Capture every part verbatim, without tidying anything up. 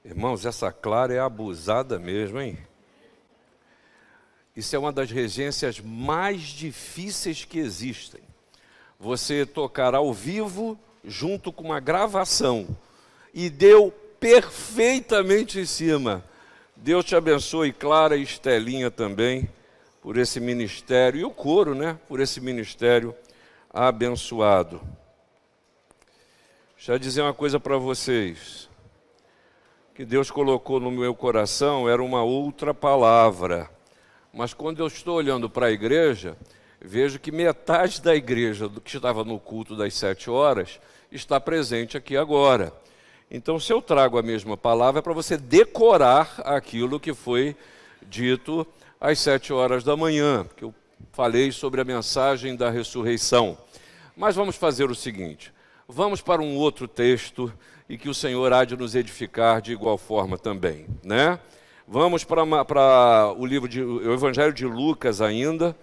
Irmãos, essa Clara é abusada mesmo, hein? Isso é uma das regências mais difíceis que existem. Você tocar ao vivo junto com uma gravação. E deu perfeitamente em cima. Deus te abençoe, Clara e Estelinha também, por esse ministério. E o coro, né? Por esse ministério abençoado. Deixa eu dizer uma coisa para vocês. O que Deus colocou no meu coração era uma outra palavra. Mas quando eu estou olhando para a igreja, vejo que metade da igreja do que estava no culto das sete horas está presente aqui agora. Então, se eu trago a mesma palavra, é para você decorar aquilo que foi dito às sete horas da manhã, que eu falei sobre a mensagem da ressurreição. Mas vamos fazer o seguinte, vamos para um outro texto e que o Senhor há de nos edificar de igual forma também, né? Vamos para, para o livro de, o Evangelho de Lucas ainda,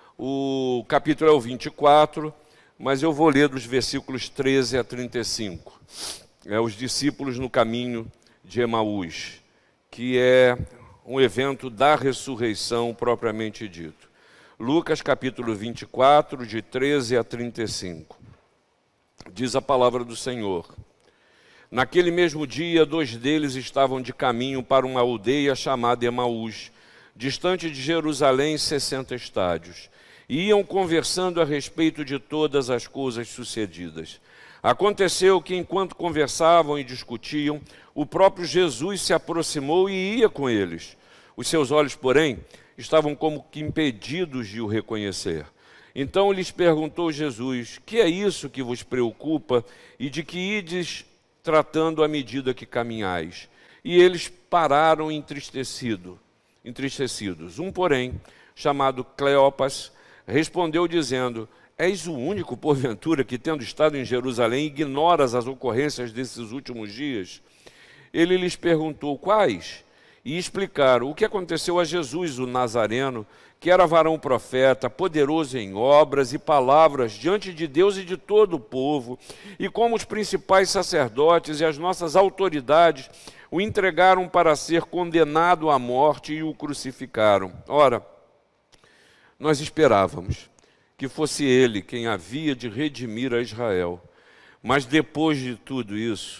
o capítulo é o vinte e quatro, mas eu vou ler dos versículos treze a trinta e cinco. É os discípulos no caminho de Emaús, que é um evento da ressurreição propriamente dito. Lucas capítulo vinte e quatro, de treze a trinta e cinco. Diz a palavra do Senhor. Naquele mesmo dia, dois deles estavam de caminho para uma aldeia chamada Emaús, distante de Jerusalém sessenta estádios, e iam conversando a respeito de todas as coisas sucedidas. Aconteceu que, enquanto conversavam e discutiam, o próprio Jesus se aproximou e ia com eles. Os seus olhos, porém, estavam como que impedidos de o reconhecer. Então lhes perguntou Jesus: que é isso que vos preocupa e de que ides tratando à medida que caminhais? E eles pararam entristecido, entristecidos. Um, porém, chamado Cleopas, respondeu dizendo: és o único, porventura, que, tendo estado em Jerusalém, ignoras as ocorrências desses últimos dias? Ele lhes perguntou: quais? E explicaram o que aconteceu a Jesus, o Nazareno, que era varão profeta, poderoso em obras e palavras diante de Deus e de todo o povo, e como os principais sacerdotes e as nossas autoridades o entregaram para ser condenado à morte e o crucificaram. Ora, nós esperávamos que fosse ele quem havia de redimir a Israel. Mas depois de tudo isso,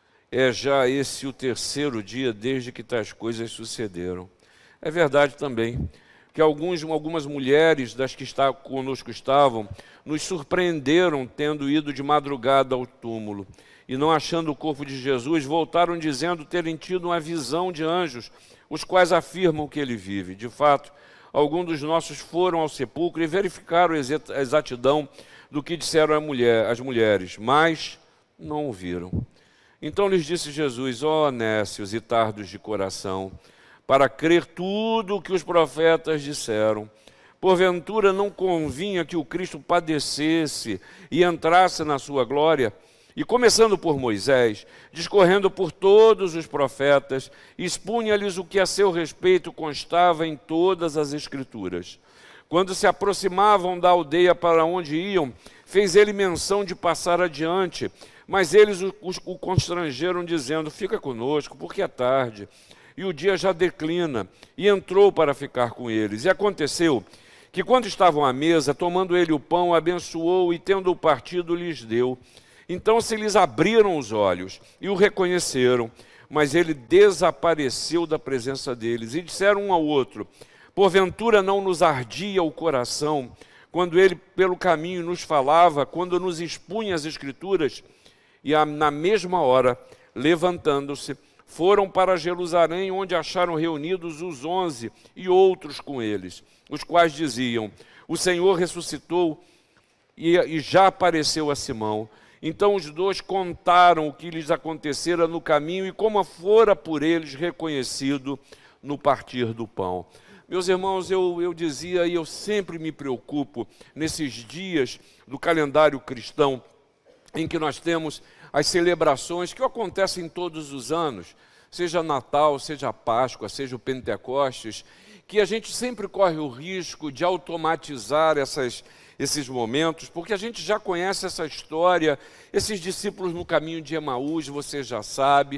é já esse o terceiro dia desde que tais coisas sucederam. É verdade também que alguns, algumas mulheres das que está, conosco estavam, nos surpreenderam tendo ido de madrugada ao túmulo, e não achando o corpo de Jesus, voltaram dizendo terem tido uma visão de anjos, os quais afirmam que ele vive. De fato, alguns dos nossos foram ao sepulcro e verificaram a exatidão do que disseram a mulher, as mulheres, mas não o viram. Então lhes disse Jesus: ó nécios e tardos de coração, para crer tudo o que os profetas disseram. Porventura não convinha que o Cristo padecesse e entrasse na sua glória? E começando por Moisés, discorrendo por todos os profetas, expunha-lhes o que a seu respeito constava em todas as Escrituras. Quando se aproximavam da aldeia para onde iam, fez ele menção de passar adiante, mas eles o, o, o constrangeram, dizendo: fica conosco, porque é tarde, e o dia já declina. E entrou para ficar com eles. E aconteceu que, quando estavam à mesa, tomando ele o pão, abençoou e, tendo-o partido, lhes deu. Então se lhes abriram os olhos e o reconheceram, mas ele desapareceu da presença deles. E disseram um ao outro: porventura não nos ardia o coração quando ele pelo caminho nos falava, quando nos expunha as Escrituras? E na mesma hora, levantando-se, foram para Jerusalém, onde acharam reunidos os onze e outros com eles, os quais diziam: o Senhor ressuscitou e, e já apareceu a Simão. Então os dois contaram o que lhes acontecera no caminho e como fora por eles reconhecido no partir do pão. Meus irmãos, eu, eu dizia e eu sempre me preocupo nesses dias do calendário cristão, em que nós temos as celebrações que acontecem todos os anos, seja Natal, seja Páscoa, seja o Pentecostes, que a gente sempre corre o risco de automatizar essas, esses momentos, porque a gente já conhece essa história, esses discípulos no caminho de Emaús, você já sabe,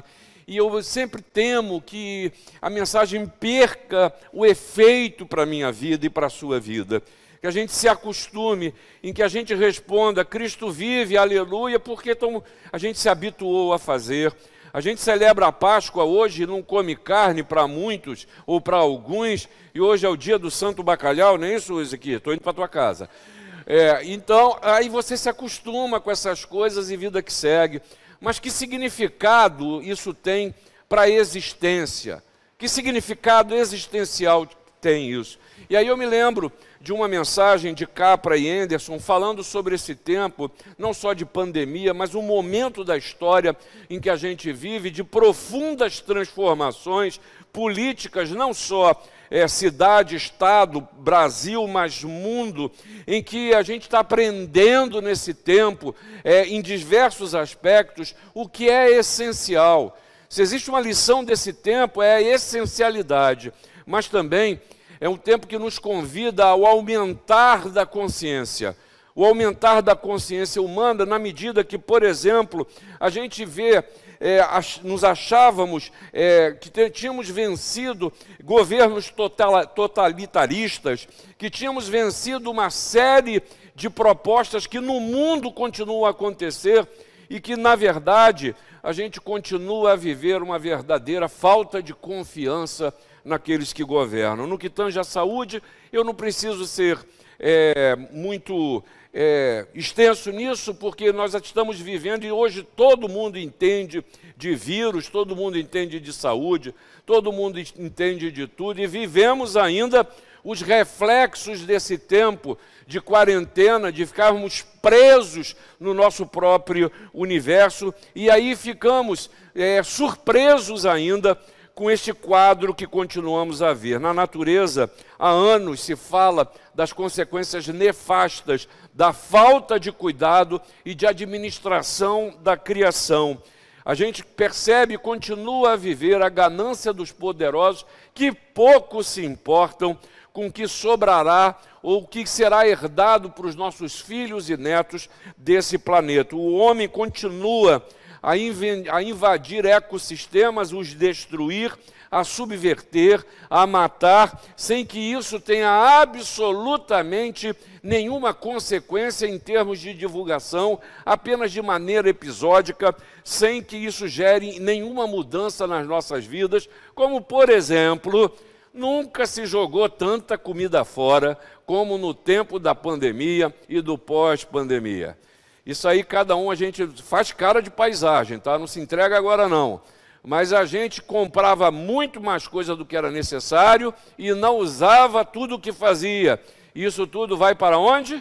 e eu sempre temo que a mensagem perca o efeito para a minha vida e para a sua vida. Que a gente se acostume, em que a gente responda, Cristo vive, aleluia, porque a gente se habituou a fazer. A gente celebra a Páscoa hoje e não come carne para muitos ou para alguns, e hoje é o dia do Santo Bacalhau, nem isso, aqui, estou indo para a tua casa. É, então, aí você se acostuma com essas coisas e vida que segue. Mas que significado isso tem para a existência? Que significado existencial tem isso? E aí eu me lembro de uma mensagem de Capra e Anderson falando sobre esse tempo, não só de pandemia, mas um momento da história em que a gente vive de profundas transformações políticas, não só é, cidade, estado, Brasil, mas mundo, em que a gente está aprendendo nesse tempo, é, em diversos aspectos, o que é essencial. Se existe uma lição desse tempo, é a essencialidade, mas também é um tempo que nos convida ao aumentar da consciência. O aumentar da consciência humana na medida que, por exemplo, a gente vê, é, ach, nos achávamos é, que tínhamos vencido governos total, totalitaristas, que tínhamos vencido uma série de propostas que no mundo continuam a acontecer e que, na verdade, a gente continua a viver uma verdadeira falta de confiança naqueles que governam. No que tange à saúde, eu não preciso ser é, muito é, extenso nisso, porque nós estamos vivendo e hoje todo mundo entende de vírus, todo mundo entende de saúde, todo mundo entende de tudo, e vivemos ainda os reflexos desse tempo de quarentena, de ficarmos presos no nosso próprio universo, e aí ficamos é, surpresos ainda com este quadro que continuamos a ver. Na natureza, há anos se fala das consequências nefastas da falta de cuidado e de administração da criação. A gente percebe e continua a viver a ganância dos poderosos que pouco se importam com o que sobrará ou o que será herdado para os nossos filhos e netos desse planeta. O homem continua a invadir ecossistemas, os destruir, a subverter, a matar, sem que isso tenha absolutamente nenhuma consequência em termos de divulgação, apenas de maneira episódica, sem que isso gere nenhuma mudança nas nossas vidas, como, por exemplo, nunca se jogou tanta comida fora como no tempo da pandemia e do pós-pandemia. Isso aí, cada um, a gente faz cara de paisagem, tá? Não se entrega agora, não. Mas a gente comprava muito mais coisa do que era necessário e não usava tudo o que fazia. Isso tudo vai para onde?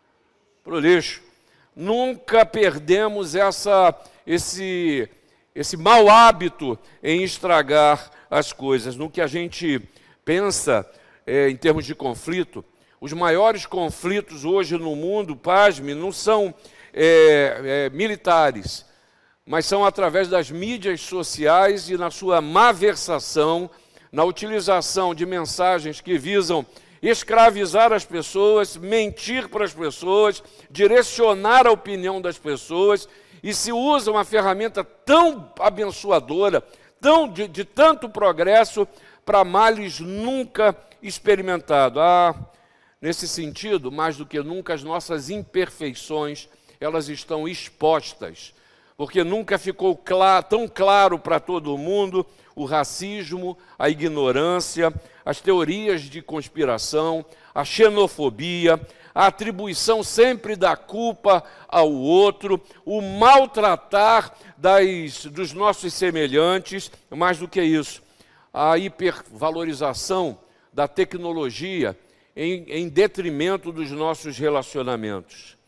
Para o lixo. Nunca perdemos essa, esse, esse mau hábito em estragar as coisas. No que a gente pensa é, em termos de conflito, os maiores conflitos hoje no mundo, pasme, não são É, é, militares, mas são através das mídias sociais e na sua malversação, na utilização de mensagens que visam escravizar as pessoas, mentir para as pessoas, direcionar a opinião das pessoas, e se usa uma ferramenta tão abençoadora, tão, de, de tanto progresso, para males nunca experimentados. Ah, nesse sentido, mais do que nunca, as nossas imperfeições elas estão expostas, porque nunca ficou claro, tão claro para todo mundo o racismo, a ignorância, as teorias de conspiração, a xenofobia, a atribuição sempre da culpa ao outro, o maltratar das, dos nossos semelhantes, mais do que isso, a hipervalorização da tecnologia em, em detrimento dos nossos relacionamentos.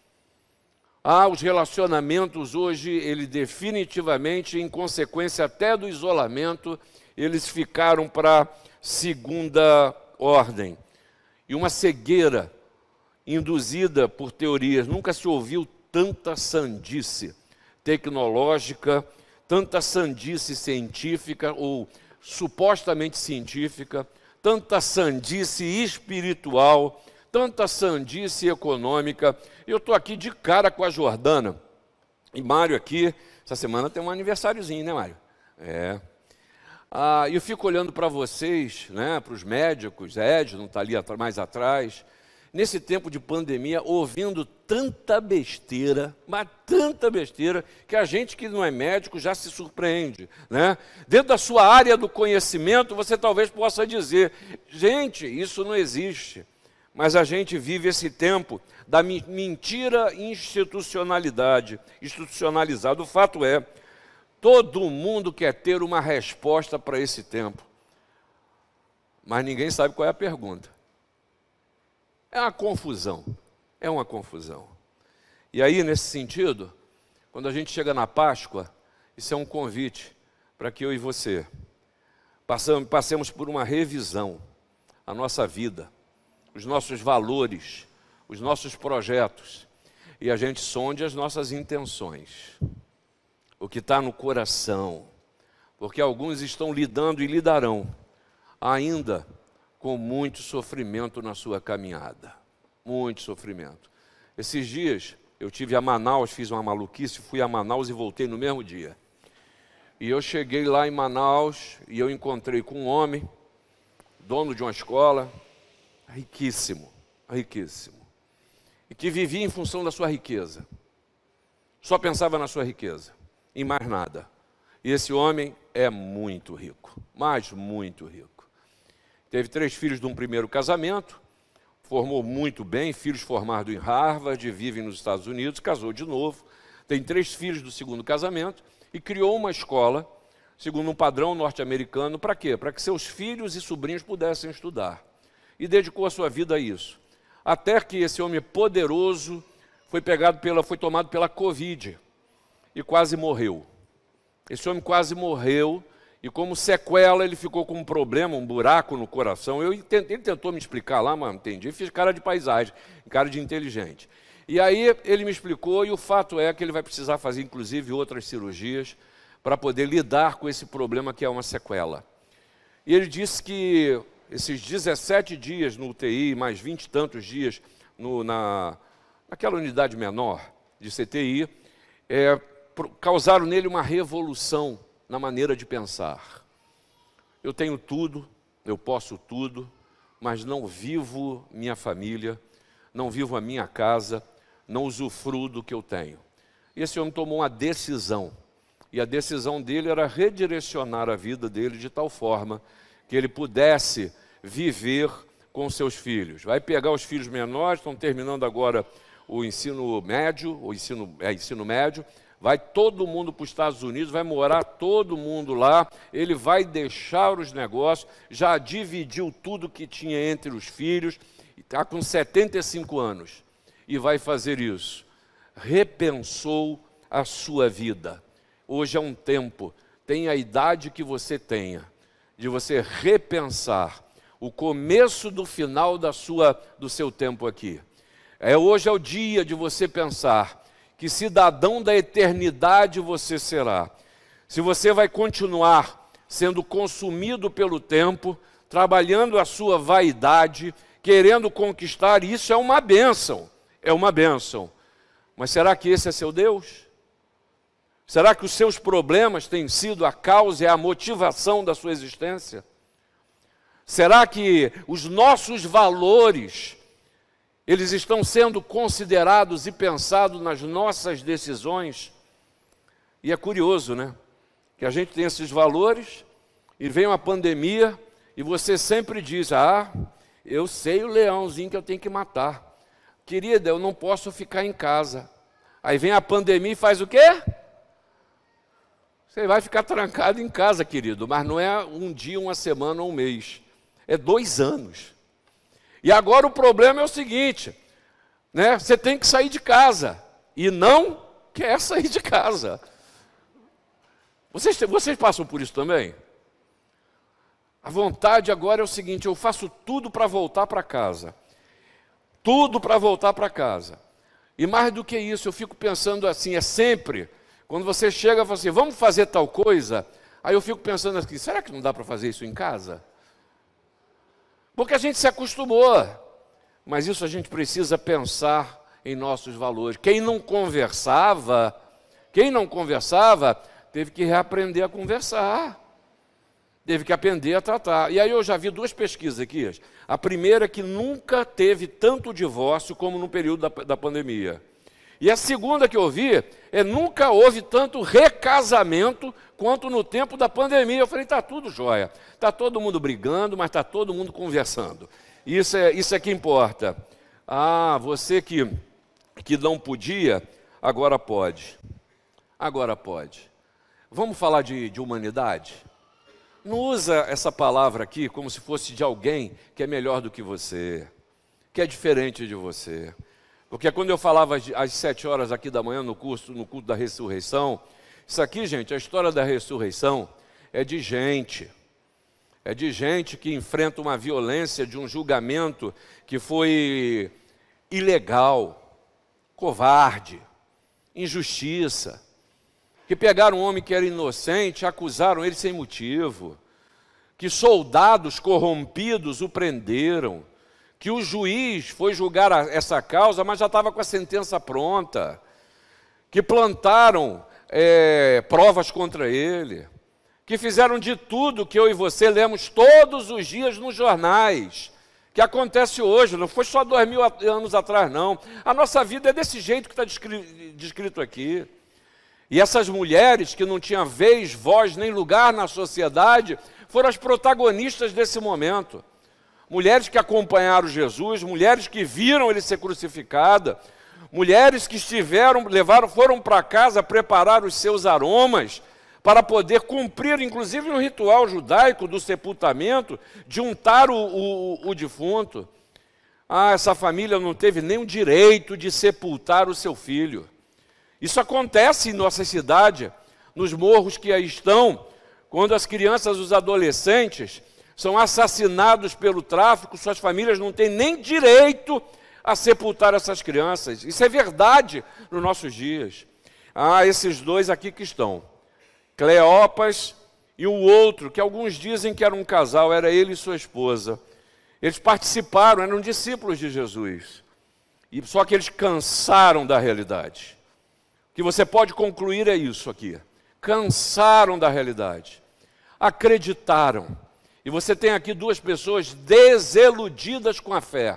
Ah, os relacionamentos hoje, ele definitivamente, em consequência até do isolamento, eles ficaram para segunda ordem. E uma cegueira induzida por teorias. Nunca se ouviu tanta sandice tecnológica, tanta sandice científica ou supostamente científica, tanta sandice espiritual, tanta sandice econômica. Eu estou aqui de cara com a Jordana. E Mário aqui, essa semana tem um aniversáriozinho, né, Mário? É. Ah, eu fico olhando para vocês, né, para os médicos, Ed não está ali mais atrás, nesse tempo de pandemia, ouvindo tanta besteira, mas tanta besteira, que a gente que não é médico já se surpreende, né? Dentro da sua área do conhecimento, você talvez possa dizer, gente, isso não existe. Mas a gente vive esse tempo da mentira institucionalidade, institucionalizada. O fato é, todo mundo quer ter uma resposta para esse tempo, mas ninguém sabe qual é a pergunta. É uma confusão, é uma confusão. E aí, nesse sentido, quando a gente chega na Páscoa, isso é um convite para que eu e você passamos, passemos por uma revisão, a nossa vida, os nossos valores, os nossos projetos, e a gente sonde as nossas intenções, o que está no coração, porque alguns estão lidando e lidarão ainda com muito sofrimento na sua caminhada, muito sofrimento. Esses dias eu tive a Manaus, fiz uma maluquice, fui a Manaus e voltei no mesmo dia. E eu cheguei lá em Manaus e eu encontrei com um homem, dono de uma escola, riquíssimo, riquíssimo, e que vivia em função da sua riqueza, só pensava na sua riqueza, em mais nada. E esse homem é muito rico, mas muito rico. Teve três filhos de um primeiro casamento, formou muito bem, filhos formados em Harvard, vivem nos Estados Unidos, casou de novo, tem três filhos do segundo casamento e criou uma escola, segundo um padrão norte-americano, para quê? Para que seus filhos e sobrinhos pudessem estudar. E dedicou a sua vida a isso. Até que esse homem poderoso foi, pegado pela, foi tomado pela Covid e quase morreu. Esse homem quase morreu e como sequela ele ficou com um problema, um buraco no coração. Eu, ele tentou me explicar lá, mas não entendi. Fiz cara de paisagem, cara de inteligente. E aí ele me explicou e o fato é que ele vai precisar fazer inclusive outras cirurgias para poder lidar com esse problema que é uma sequela. E ele disse que esses dezessete dias no U T I, mais vinte e tantos dias no, na, naquela unidade menor de C T I, é, causaram nele uma revolução na maneira de pensar. Eu tenho tudo, eu posso tudo, mas não vivo minha família, não vivo a minha casa, não usufruo do que eu tenho. E esse homem tomou uma decisão, e a decisão dele era redirecionar a vida dele de tal forma que ele pudesse viver com seus filhos. Vai pegar os filhos menores, estão terminando agora o ensino médio, o ensino, é, ensino médio, vai todo mundo para os Estados Unidos, vai morar todo mundo lá, ele vai deixar os negócios, já dividiu tudo que tinha entre os filhos, está com setenta e cinco anos, e vai fazer isso. Repensou a sua vida. Hoje é um tempo, tenha a idade que você tenha, de você repensar o começo do final da sua, do seu tempo aqui. É, hoje é o dia de você pensar que cidadão da eternidade você será. Se você vai continuar sendo consumido pelo tempo, trabalhando a sua vaidade, querendo conquistar, isso é uma bênção, é uma bênção. Mas será que esse é seu Deus? Será que os seus problemas têm sido a causa e a motivação da sua existência? Será que os nossos valores, eles estão sendo considerados e pensados nas nossas decisões? E é curioso, né? Que a gente tem esses valores e vem uma pandemia e você sempre diz, ah, eu sei o leãozinho que eu tenho que matar. Querida, eu não posso ficar em casa. Aí vem a pandemia e faz o quê? Você vai ficar trancado em casa, querido, mas não é um dia, uma semana ou um mês. É dois anos. E agora o problema é o seguinte, né? Você tem que sair de casa e não quer sair de casa. Vocês, vocês passam por isso também? A vontade agora é o seguinte, eu faço tudo para voltar para casa. Tudo para voltar para casa. E mais do que isso, eu fico pensando assim, é sempre, quando você chega e fala assim, vamos fazer tal coisa, aí eu fico pensando assim, será que não dá para fazer isso em casa? Porque a gente se acostumou, mas isso a gente precisa pensar em nossos valores. Quem não conversava, quem não conversava, teve que reaprender a conversar. Teve que aprender a tratar. E aí eu já vi duas pesquisas aqui. A primeira é que nunca teve tanto divórcio como no período da, da pandemia. E a segunda que eu vi é nunca houve tanto recasamento quanto no tempo da pandemia. Eu falei, está tudo jóia. Está todo mundo brigando, mas está todo mundo conversando. Isso é, isso é que importa. Ah, você que, que não podia, agora pode. Agora pode. Vamos falar de, de humanidade? Não usa essa palavra aqui como se fosse de alguém que é melhor do que você, que é diferente de você. Porque quando eu falava às sete horas aqui da manhã no curso, no culto da ressurreição, isso aqui, gente, a história da ressurreição é de gente. É de gente que enfrenta uma violência de um julgamento que foi ilegal, covarde, injustiça. Que pegaram um homem que era inocente, acusaram ele sem motivo, que soldados corrompidos o prenderam, que o juiz foi julgar a, essa causa, mas já estava com a sentença pronta, que plantaram é, provas contra ele, que fizeram de tudo que eu e você lemos todos os dias nos jornais, que acontece hoje, não foi só dois mil anos atrás, não. A nossa vida é desse jeito que está descrito aqui. E essas mulheres que não tinham vez, voz, nem lugar na sociedade, foram as protagonistas desse momento. Mulheres que acompanharam Jesus, mulheres que viram ele ser crucificado, mulheres que estiveram, levaram, foram para casa preparar os seus aromas para poder cumprir, inclusive, um ritual judaico do sepultamento, de untar o, o, o defunto. Ah, essa família não teve nem o direito de sepultar o seu filho. Isso acontece em nossa cidade, nos morros que aí estão, quando as crianças e os adolescentes são assassinados pelo tráfico, suas famílias não têm nem direito a sepultar essas crianças. Isso é verdade nos nossos dias. Ah, esses dois aqui que estão, Cleopas e o outro, que alguns dizem que era um casal, era ele e sua esposa. Eles participaram, eram discípulos de Jesus. E só que eles cansaram da realidade. O que você pode concluir é isso aqui. Cansaram da realidade. Acreditaram. E você tem aqui duas pessoas desiludidas com a fé.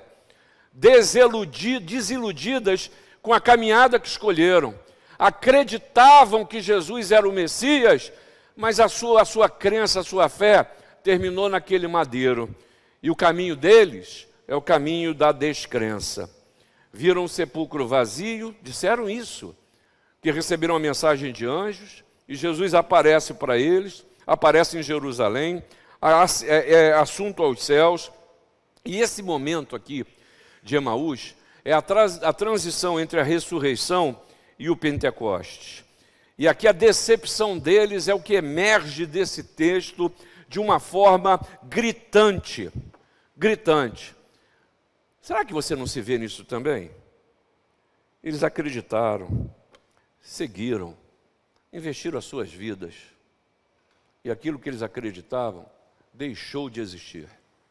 Desiludi- desiludidas com a caminhada que escolheram. Acreditavam que Jesus era o Messias, mas a sua, a sua crença, a sua fé terminou naquele madeiro. E o caminho deles é o caminho da descrença. Viram o sepulcro vazio, disseram isso. Que receberam a mensagem de anjos, e Jesus aparece para eles, aparece em Jerusalém, é, é assunto aos céus. E esse momento aqui de Emaús é a, trans, a transição entre a ressurreição e o Pentecostes. E aqui a decepção deles é o que emerge desse texto de uma forma gritante, gritante. Será que você não se vê nisso também? Eles acreditaram, seguiram, investiram as suas vidas, e aquilo que eles acreditavam deixou de existir.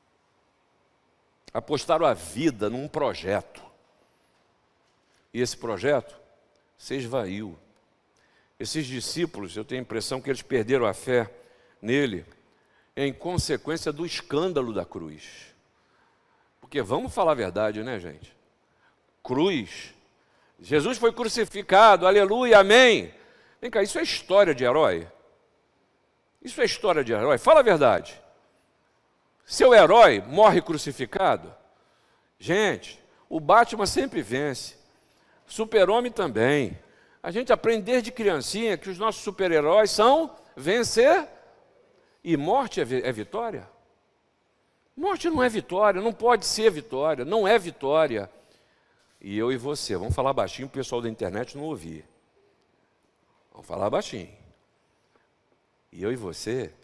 Apostaram a vida num projeto, e esse projeto se esvaiu. Esses discípulos, eu tenho a impressão que eles perderam a fé nele em consequência do escândalo da cruz. Porque vamos falar a verdade, né, gente? Cruz. Jesus foi crucificado, aleluia, amém. Vem cá, isso é história de herói? Isso é história de herói? Fala a verdade. Seu herói morre crucificado? Gente, o Batman sempre vence. Super-homem também. A gente aprende desde criancinha que os nossos super-heróis são vencer. E morte é, é vitória? Morte não é vitória, não pode ser vitória, não é vitória. E eu e você, vamos falar baixinho para o pessoal da internet não ouvir. Vamos falar baixinho. E eu e você,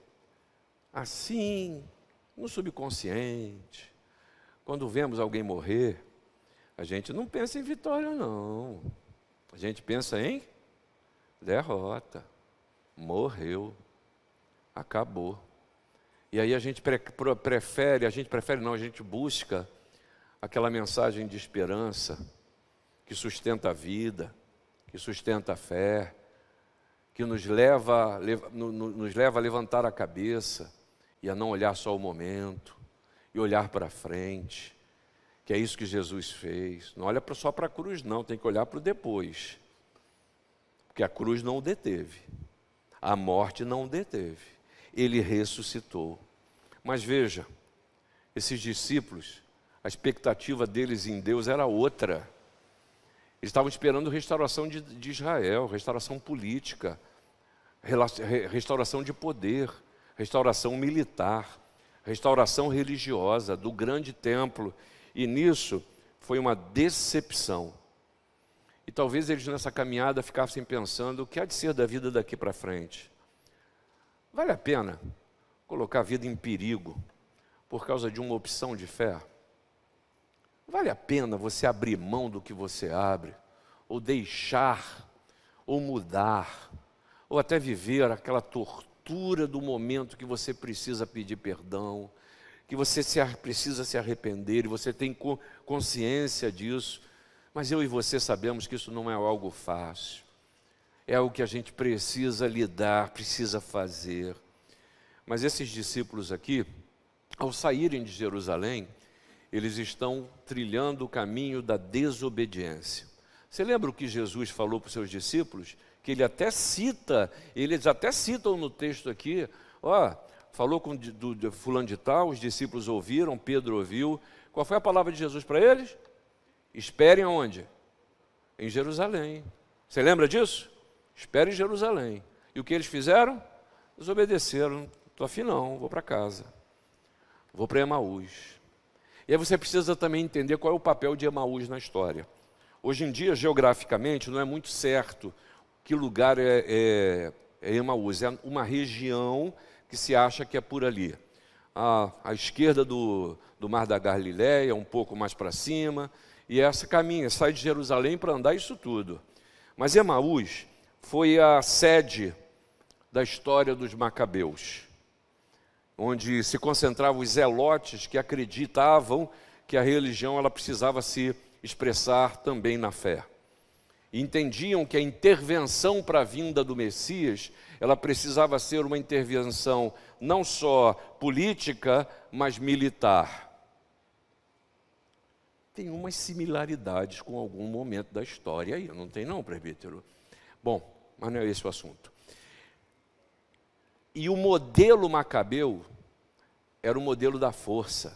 assim, no subconsciente, quando vemos alguém morrer, a gente não pensa em vitória, não. A gente pensa em derrota. Morreu. Acabou. E aí a gente pre prefere, a gente prefere não, a gente busca aquela mensagem de esperança que sustenta a vida, que sustenta a fé, que nos leva, nos leva a levantar a cabeça e a não olhar só o momento, e olhar para frente, que é isso que Jesus fez. Não olha só para a cruz não, tem que olhar para o depois, porque a cruz não o deteve, a morte não o deteve, ele ressuscitou. Mas veja, esses discípulos, a expectativa deles em Deus era outra. Eles estavam esperando restauração de, de Israel, restauração política, restauração de poder, restauração militar, restauração religiosa do grande templo. E nisso foi uma decepção. E talvez eles nessa caminhada ficassem pensando: o que há de ser da vida daqui para frente? Vale a pena colocar a vida em perigo por causa de uma opção de fé? Vale a pena você abrir mão do que você abre, ou deixar, ou mudar, ou até viver aquela tortura do momento que você precisa pedir perdão, que você se, precisa se arrepender, e você tem consciência disso, mas eu e você sabemos que isso não é algo fácil, é algo que a gente precisa lidar, precisa fazer. Mas esses discípulos aqui, ao saírem de Jerusalém, eles estão trilhando o caminho da desobediência. Você lembra o que Jesus falou para os seus discípulos? Que ele até cita, eles até citam no texto aqui, ó, falou com do, do fulano de tal, os discípulos ouviram, Pedro ouviu. Qual foi a palavra de Jesus para eles? Esperem aonde? Em Jerusalém. Você lembra disso? Esperem em Jerusalém. E o que eles fizeram? Desobedeceram. Estou afim não, vou para casa. Vou para Emaús. E aí você precisa também entender qual é o papel de Emaús na história. Hoje em dia, geograficamente, não é muito certo que lugar é, é, é Emaús. É uma região que se acha que é por ali. À, à esquerda do, do Mar da Galileia, um pouco mais para cima. E essa caminha, sai de Jerusalém para andar isso tudo. Mas Emaús foi a sede da história dos Macabeus, onde se concentravam os zelotes que acreditavam que a religião ela precisava se expressar também na fé. E entendiam que a intervenção para a vinda do Messias, ela precisava ser uma intervenção não só política, mas militar. Tem umas similaridades com algum momento da história aí, não tem não, presbítero? Bom, mas não é esse o assunto. E o modelo macabeu era o modelo da força.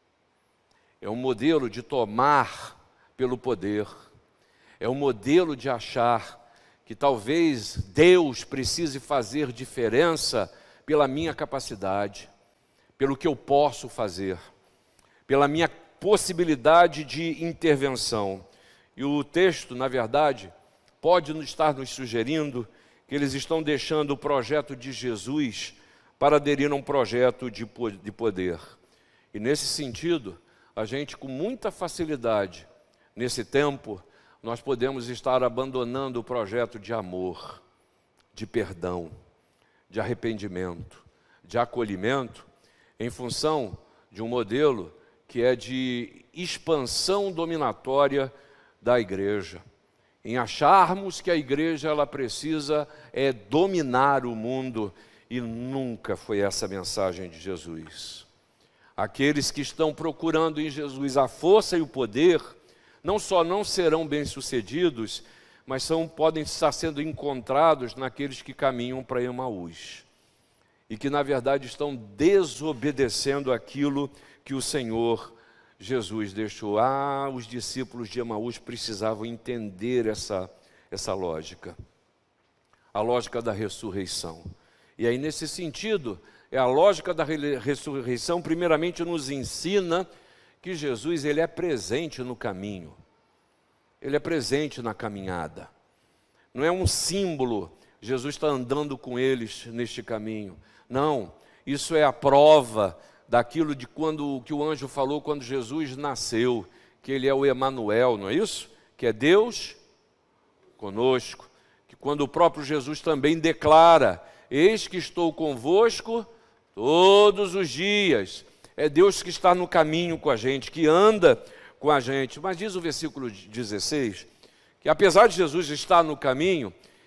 É um modelo de tomar pelo poder. É um modelo de achar que talvez Deus precise fazer diferença pela minha capacidade, pelo que eu posso fazer, pela minha possibilidade de intervenção. E o texto, na verdade, pode estar nos sugerindo que eles estão deixando o projeto de Jesus para aderir a um projeto de poder. E nesse sentido, a gente com muita facilidade, nesse tempo, nós podemos estar abandonando o projeto de amor, de perdão, de arrependimento, de acolhimento, em função de um modelo que é de expansão dominatória da igreja. Em acharmos que a igreja ela precisa é dominar o mundo, e nunca foi essa a mensagem de Jesus. Aqueles que estão procurando em Jesus a força e o poder, não só não serão bem-sucedidos, mas são, podem estar sendo encontrados naqueles que caminham para Emaús, e que na verdade estão desobedecendo aquilo que o Senhor Jesus deixou. Ah, os discípulos de Emaús precisavam entender essa, essa lógica, a lógica da ressurreição. E aí, nesse sentido, é a lógica da ressurreição, primeiramente nos ensina que Jesus ele é presente no caminho, ele é presente na caminhada. Não é um símbolo, Jesus está andando com eles neste caminho. Não, isso é a prova daquilo de quando que o anjo falou quando Jesus nasceu, que ele é o Emanuel, não é isso? Que é Deus conosco. Que quando o próprio Jesus também declara: eis que estou convosco todos os dias. É Deus que está no caminho com a gente, que anda com a gente. Mas diz o versículo dezesseis, que apesar de Jesus estar no caminho,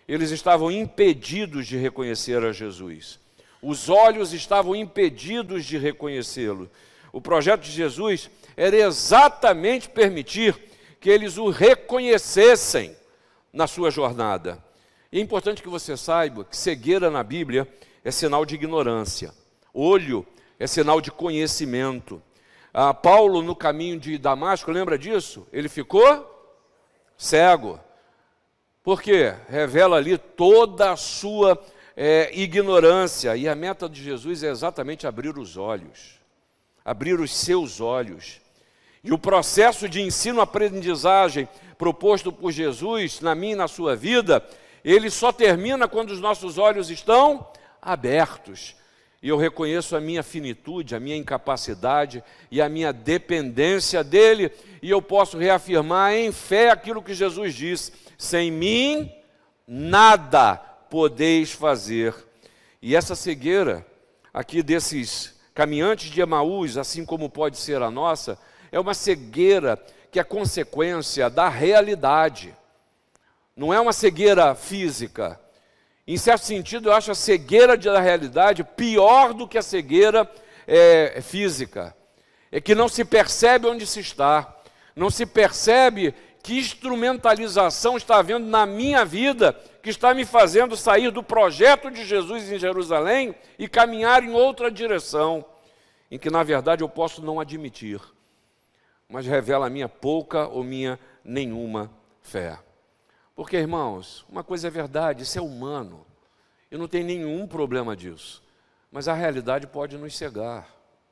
eles estavam impedidos de reconhecer a Jesus. Os olhos estavam impedidos de reconhecê-lo. O projeto de Jesus era exatamente permitir que eles o reconhecessem na sua jornada. E é importante que você saiba que cegueira na Bíblia é sinal de ignorância. Olho é sinal de conhecimento. Ah, Paulo, no caminho de Damasco, lembra disso? Ele ficou cego. Por quê? Revela ali toda a sua é, ignorância. E a meta de Jesus é exatamente abrir os olhos. Abrir os seus olhos. E o processo de ensino-aprendizagem proposto por Jesus na minha e na sua vida, ele só termina quando os nossos olhos estão abertos. E eu reconheço a minha finitude, a minha incapacidade e a minha dependência dele, e eu posso reafirmar em fé aquilo que Jesus disse: sem mim, nada podeis fazer. E essa cegueira aqui desses caminhantes de Emaús, assim como pode ser a nossa, é uma cegueira que é consequência da realidade. Não é uma cegueira física. Em certo sentido, eu acho a cegueira da realidade pior do que a cegueira é, física. É que não se percebe onde se está, não se percebe que instrumentalização está havendo na minha vida, que está me fazendo sair do projeto de Jesus em Jerusalém e caminhar em outra direção, em que, na verdade, eu posso não admitir, mas revela a minha pouca ou minha nenhuma fé. Porque, irmãos, uma coisa é verdade, isso é humano. Eu não tenho nenhum problema disso. Mas a realidade pode nos cegar.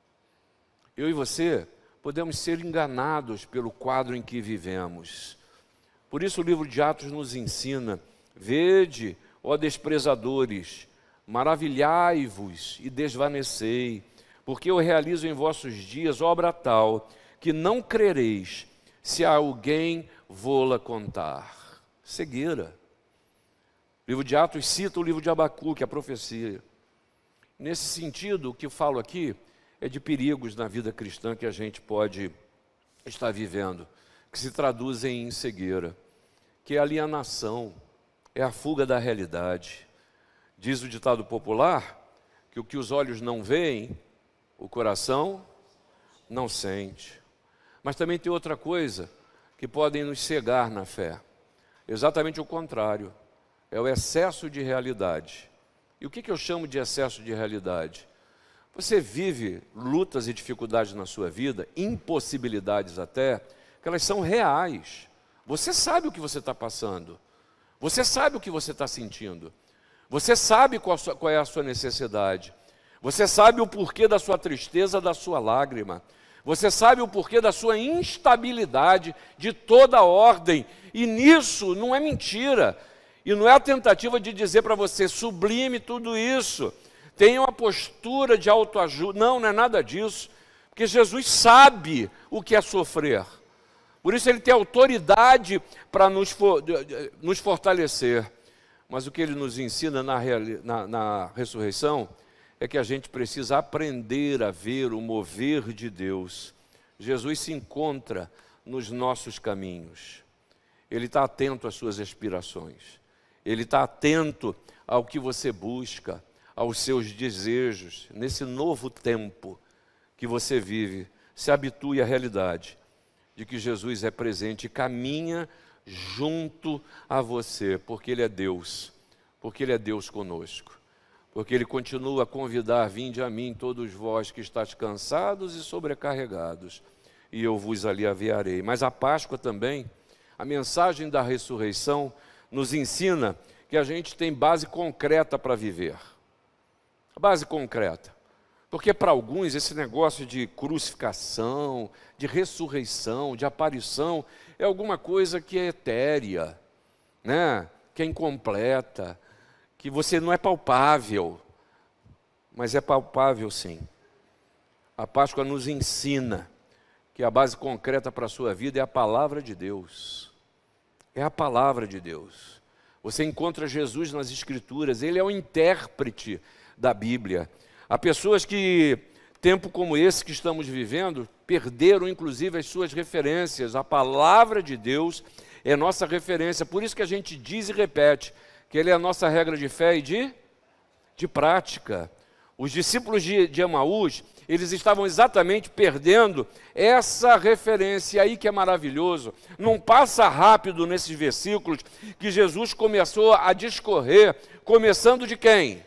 Eu e você podemos ser enganados pelo quadro em que vivemos. Por isso o livro de Atos nos ensina: vede, ó desprezadores, maravilhai-vos e desvanecei, porque eu realizo em vossos dias obra tal, que não crereis, se alguém vô-la contar. Cegueira. O livro de Atos cita o livro de Abacuque, a profecia. Nesse sentido, o que eu falo aqui é de perigos na vida cristã que a gente pode estar vivendo, que se traduzem em cegueira, que é alienação, é a fuga da realidade. Diz o ditado popular que o que os olhos não veem, o coração não sente. Mas também tem outra coisa que podem nos cegar na fé. Exatamente o contrário, é o excesso de realidade. E o que eu chamo de excesso de realidade? Você vive lutas e dificuldades na sua vida, impossibilidades até, que elas são reais. Você sabe o que você está passando, você sabe o que você está sentindo, você sabe qual, qual é a sua necessidade, você sabe o porquê da sua tristeza, da sua lágrima. Você sabe o porquê da sua instabilidade de toda ordem. E nisso não é mentira. E não é a tentativa de dizer para você: sublime tudo isso, tenha uma postura de autoajuda. Não, não é nada disso. Porque Jesus sabe o que é sofrer. Por isso ele tem autoridade para nos, for, nos fortalecer. Mas o que ele nos ensina na, na, na ressurreição é que a gente precisa aprender a ver o mover de Deus. Jesus se encontra nos nossos caminhos. Ele está atento às suas aspirações. Ele está atento ao que você busca, aos seus desejos. Nesse novo tempo que você vive, se habitue à realidade de que Jesus é presente e caminha junto a você, porque Ele é Deus, porque Ele é Deus conosco. Porque Ele continua a convidar: vinde a mim todos vós que estáis cansados e sobrecarregados, e eu vos aliviarei. Mas a Páscoa também, a mensagem da ressurreição, nos ensina que a gente tem base concreta para viver. A base concreta. Porque para alguns esse negócio de crucificação, de ressurreição, de aparição, é alguma coisa que é etérea, né? Que é incompleta, que você não é palpável, mas é palpável sim. A Páscoa nos ensina que a base concreta para a sua vida é a palavra de Deus. É a palavra de Deus. Você encontra Jesus nas Escrituras, Ele é o intérprete da Bíblia. Há pessoas que, tempo como esse que estamos vivendo, perderam inclusive as suas referências. A palavra de Deus é nossa referência, por isso que a gente diz e repete que ele é a nossa regra de fé e de, de prática. Os discípulos de, de Emaús, eles estavam exatamente perdendo essa referência aí que é maravilhoso. Não passa rápido nesses versículos que Jesus começou a discorrer, começando de quem?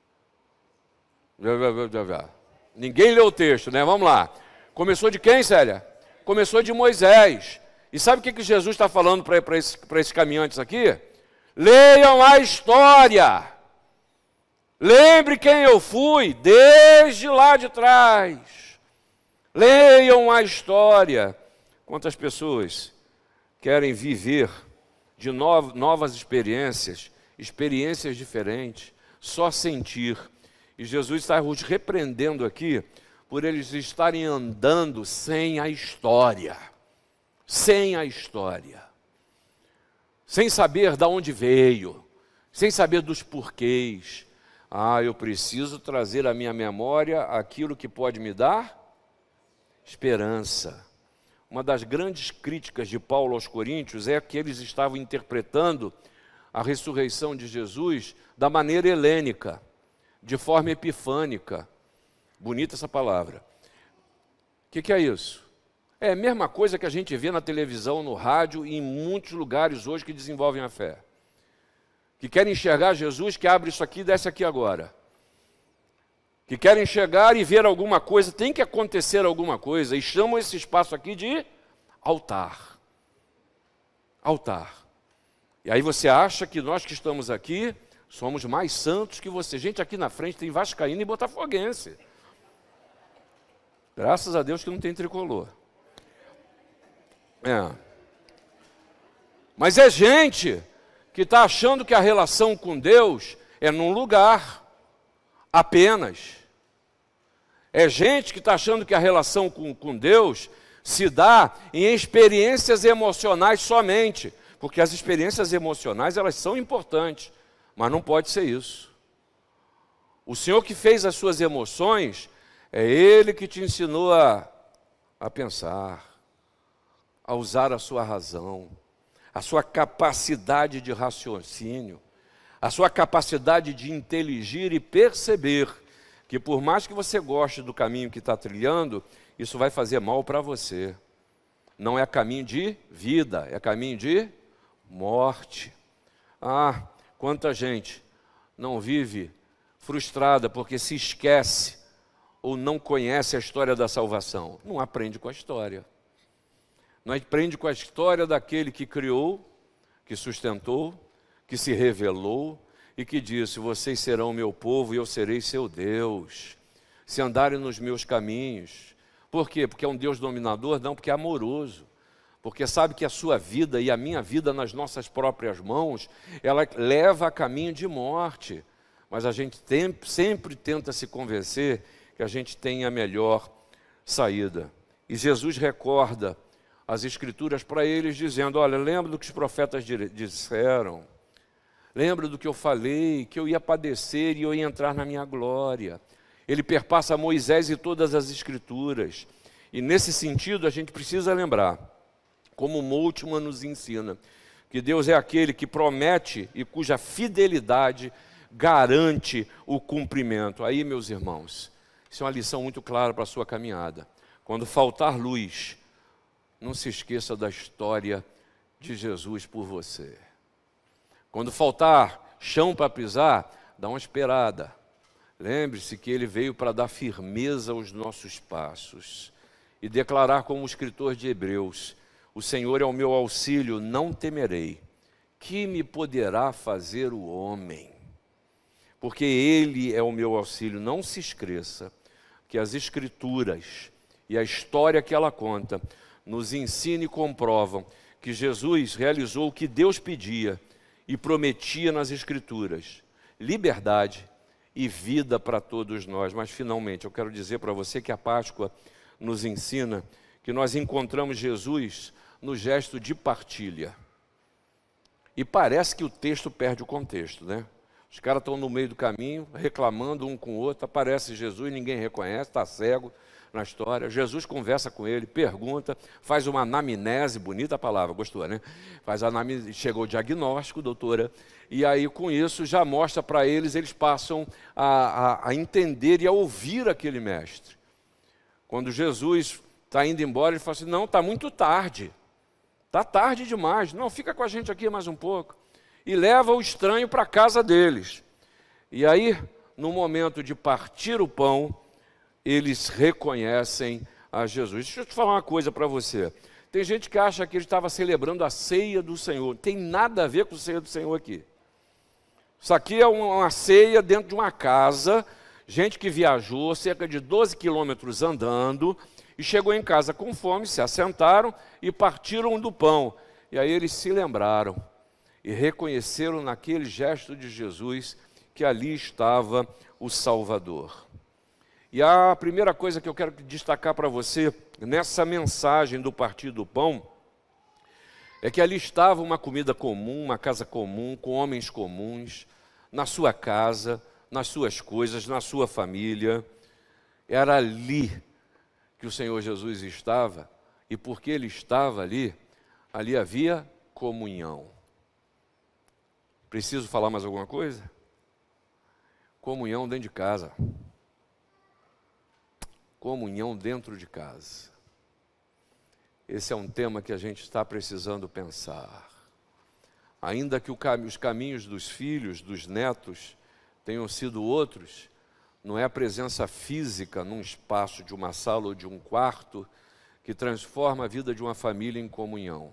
Ninguém leu o texto, né? Vamos lá. Começou de quem, Célia? Começou de Moisés. E sabe o que, que Jesus está falando para esses, para esses caminhantes aqui? Leiam a história. Lembre quem eu fui desde lá de trás. Leiam a história. Quantas pessoas querem viver de no- novas experiências, experiências diferentes, só sentir. E Jesus está os repreendendo aqui por eles estarem andando sem a história. Sem a história. Sem saber de onde veio. Sem saber dos porquês. Ah, eu preciso trazer à minha memória aquilo que pode me dar esperança. Uma das grandes críticas de Paulo aos Coríntios é que eles estavam interpretando a ressurreição de Jesus da maneira helênica, de forma epifânica. Bonita essa palavra. O que, que é isso? É a mesma coisa que a gente vê na televisão, no rádio e em muitos lugares hoje que desenvolvem a fé. Que querem enxergar Jesus, que abre isso aqui e desce aqui agora. Que querem enxergar e ver alguma coisa, tem que acontecer alguma coisa, e chamam esse espaço aqui de altar. Altar. E aí você acha que nós que estamos aqui somos mais santos que você. Gente, aqui na frente tem vascaíno e botafoguense. Graças a Deus que não tem tricolor. É. Mas é gente que está achando que a relação com Deus é num lugar apenas. É gente que está achando que a relação com, com Deus se dá em experiências emocionais somente, porque as experiências emocionais, elas são importantes, mas não pode ser isso. O Senhor que fez as suas emoções, é Ele que te ensinou a, a pensar, a usar a sua razão, a sua capacidade de raciocínio, a sua capacidade de inteligir e perceber que por mais que você goste do caminho que está trilhando, isso vai fazer mal para você. Não é caminho de vida, é caminho de morte. Ah, quanta gente não vive frustrada porque se esquece ou não conhece a história da salvação. Não aprende com a história. Não aprende com a história daquele que criou, que sustentou, que se revelou e que disse: vocês serão meu povo e eu serei seu Deus, se andarem nos meus caminhos. Por quê? Porque é um Deus dominador? Não, porque é amoroso. Porque sabe que a sua vida e a minha vida nas nossas próprias mãos, ela leva a caminho de morte. Mas a gente tem, sempre tenta se convencer que a gente tem a melhor saída. E Jesus recorda as Escrituras para eles, dizendo: olha, lembra do que os profetas disseram, lembra do que eu falei, que eu ia padecer e eu ia entrar na minha glória. Ele perpassa Moisés e todas as Escrituras. E nesse sentido a gente precisa lembrar, como Moltmann nos ensina, que Deus é aquele que promete e cuja fidelidade garante o cumprimento. Aí, meus irmãos, isso é uma lição muito clara para a sua caminhada. Quando faltar luz, não se esqueça da história de Jesus por você. Quando faltar chão para pisar, dá uma esperada. Lembre-se que Ele veio para dar firmeza aos nossos passos e declarar como o escritor de Hebreus: o Senhor é o meu auxílio, não temerei. Que me poderá fazer o homem? Porque Ele é o meu auxílio. Não se esqueça que as Escrituras e a história que ela conta nos ensina e comprovam que Jesus realizou o que Deus pedia e prometia nas Escrituras: liberdade e vida para todos nós. Mas finalmente eu quero dizer para você que a Páscoa nos ensina que nós encontramos Jesus no gesto de partilha. E parece que o texto perde o contexto, né? Os caras estão no meio do caminho, reclamando um com o outro, aparece Jesus, ninguém reconhece, está cego na história. Jesus conversa com ele, pergunta, faz uma anamnese, bonita a palavra, gostou, né? Faz a anamnese, chegou o diagnóstico, doutora, e aí com isso já mostra para eles, eles passam a, a, a entender e a ouvir aquele mestre. Quando Jesus está indo embora, ele fala assim, não, está muito tarde, está tarde demais, não, fica com a gente aqui mais um pouco. E leva o estranho para a casa deles. E aí, no momento de partir o pão, eles reconhecem a Jesus. Deixa eu te falar uma coisa para você. Tem gente que acha que ele estava celebrando a ceia do Senhor. Não tem nada a ver com a ceia do Senhor aqui. Isso aqui é uma ceia dentro de uma casa, gente que viajou cerca de doze quilômetros andando, e chegou em casa com fome, se assentaram e partiram do pão. E aí eles se lembraram e reconheceram naquele gesto de Jesus que ali estava o Salvador. E a primeira coisa que eu quero destacar para você, nessa mensagem do partir do pão, é que ali estava uma comida comum, uma casa comum, com homens comuns, na sua casa, nas suas coisas, na sua família. Era ali que o Senhor Jesus estava, e porque Ele estava ali, ali havia comunhão. Preciso falar mais alguma coisa? Comunhão dentro de casa. Comunhão dentro de casa. Esse é um tema que a gente está precisando pensar. Ainda que o cam- os caminhos dos filhos, dos netos, tenham sido outros, não é a presença física num espaço de uma sala ou de um quarto que transforma a vida de uma família em comunhão.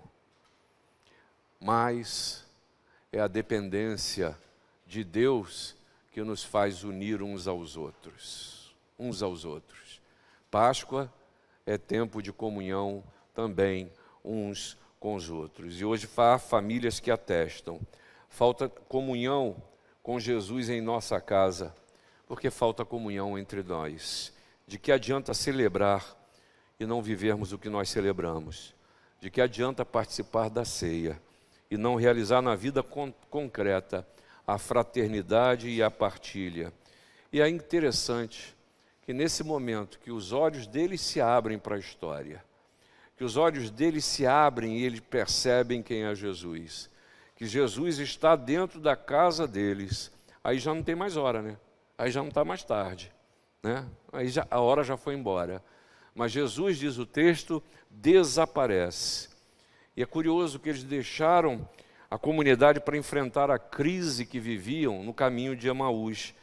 Mas é a dependência de Deus que nos faz unir uns aos outros. Uns aos outros. Páscoa é tempo de comunhão também uns com os outros. E hoje há famílias que atestam. Falta comunhão com Jesus em nossa casa, porque falta comunhão entre nós. De que adianta celebrar e não vivermos o que nós celebramos? De que adianta participar da ceia e não realizar na vida con- concreta a fraternidade e a partilha? E é interessante que nesse momento que os olhos deles se abrem para a história, que os olhos deles se abrem e eles percebem quem é Jesus, que Jesus está dentro da casa deles, aí já não tem mais hora, né? Aí já não está mais tarde, né? Aí já, a hora já foi embora. Mas Jesus, diz o texto, desaparece. E é curioso que eles deixaram a comunidade para enfrentar a crise que viviam no caminho de Emaús.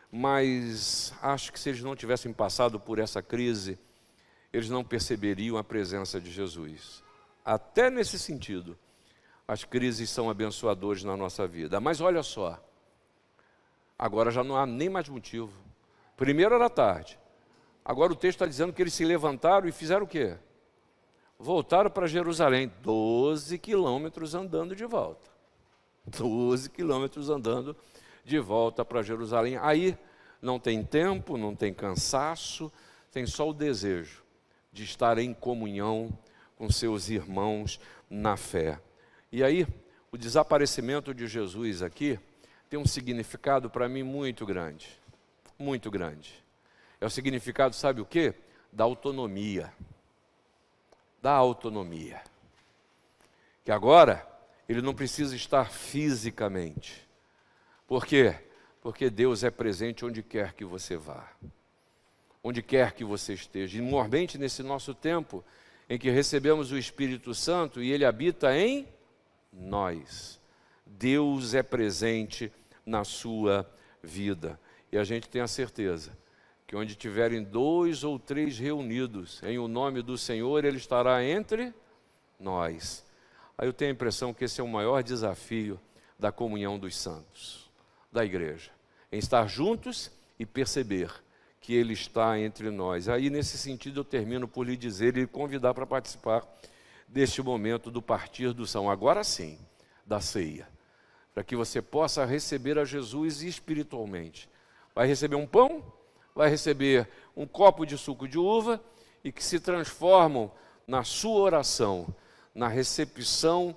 Mas acho que se eles não tivessem passado por essa crise, eles não perceberiam a presença de Jesus. Até nesse sentido, as crises são abençoadoras na nossa vida. Mas olha só, agora já não há nem mais motivo. Primeiro era tarde, agora o texto está dizendo que eles se levantaram e fizeram o quê? Voltaram para Jerusalém, doze quilômetros andando de volta. doze quilômetros andando de volta para Jerusalém. Aí não tem tempo, não tem cansaço, tem só o desejo de estar em comunhão com seus irmãos na fé. E aí, o desaparecimento de Jesus aqui tem um significado para mim muito grande, muito grande. É o significado, sabe o quê? Da autonomia. Da autonomia. Que agora, ele não precisa estar fisicamente. Por quê? Porque Deus é presente onde quer que você vá, onde quer que você esteja. E normalmente nesse nosso tempo, em que recebemos o Espírito Santo e Ele habita em nós, Deus é presente na sua vida. E a gente tem a certeza que onde tiverem dois ou três reunidos em o nome do Senhor, Ele estará entre nós. Aí eu tenho a impressão que esse é o maior desafio da comunhão dos santos, da igreja, em estar juntos e perceber que Ele está entre nós. Aí, nesse sentido, eu termino por lhe dizer e convidar para participar deste momento do partir do São, agora sim, da ceia, para que você possa receber a Jesus espiritualmente. Vai receber um pão, vai receber um copo de suco de uva e que se transformam na sua oração, na recepção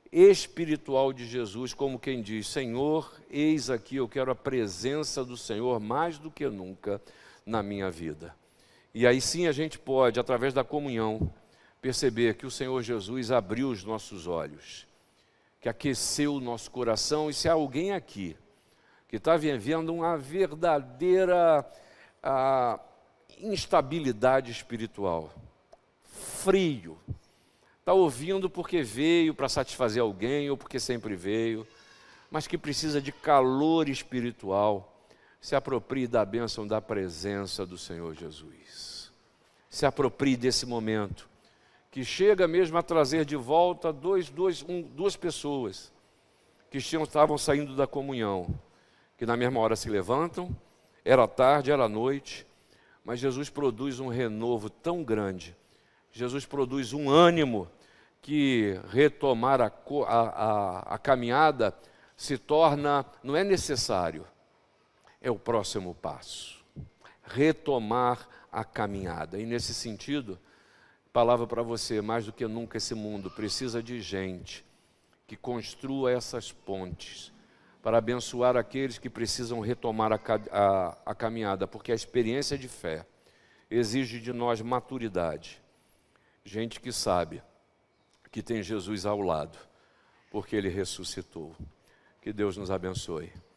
espiritual de Jesus, como quem diz: Senhor, eis aqui, eu quero a presença do Senhor mais do que nunca na minha vida. E aí sim a gente pode, através da comunhão, perceber que o Senhor Jesus abriu os nossos olhos, que aqueceu o nosso coração. E se há alguém aqui que está vivendo uma verdadeira a, instabilidade espiritual, frio, está ouvindo porque veio para satisfazer alguém ou porque sempre veio, mas que precisa de calor espiritual, se aproprie da bênção da presença do Senhor Jesus. Se aproprie desse momento, que chega mesmo a trazer de volta dois, dois, um, duas pessoas que tinham, estavam saindo da comunhão, que na mesma hora se levantam, era tarde, era noite, mas Jesus produz um renovo tão grande, Jesus produz um ânimo, que retomar a, a, a, a caminhada se torna, não é necessário, é o próximo passo, retomar a caminhada. E nesse sentido, palavra para você: mais do que nunca esse mundo precisa de gente que construa essas pontes, para abençoar aqueles que precisam retomar a, a, a caminhada, porque a experiência de fé exige de nós maturidade, gente que sabe que tem Jesus ao lado, porque Ele ressuscitou. Que Deus nos abençoe.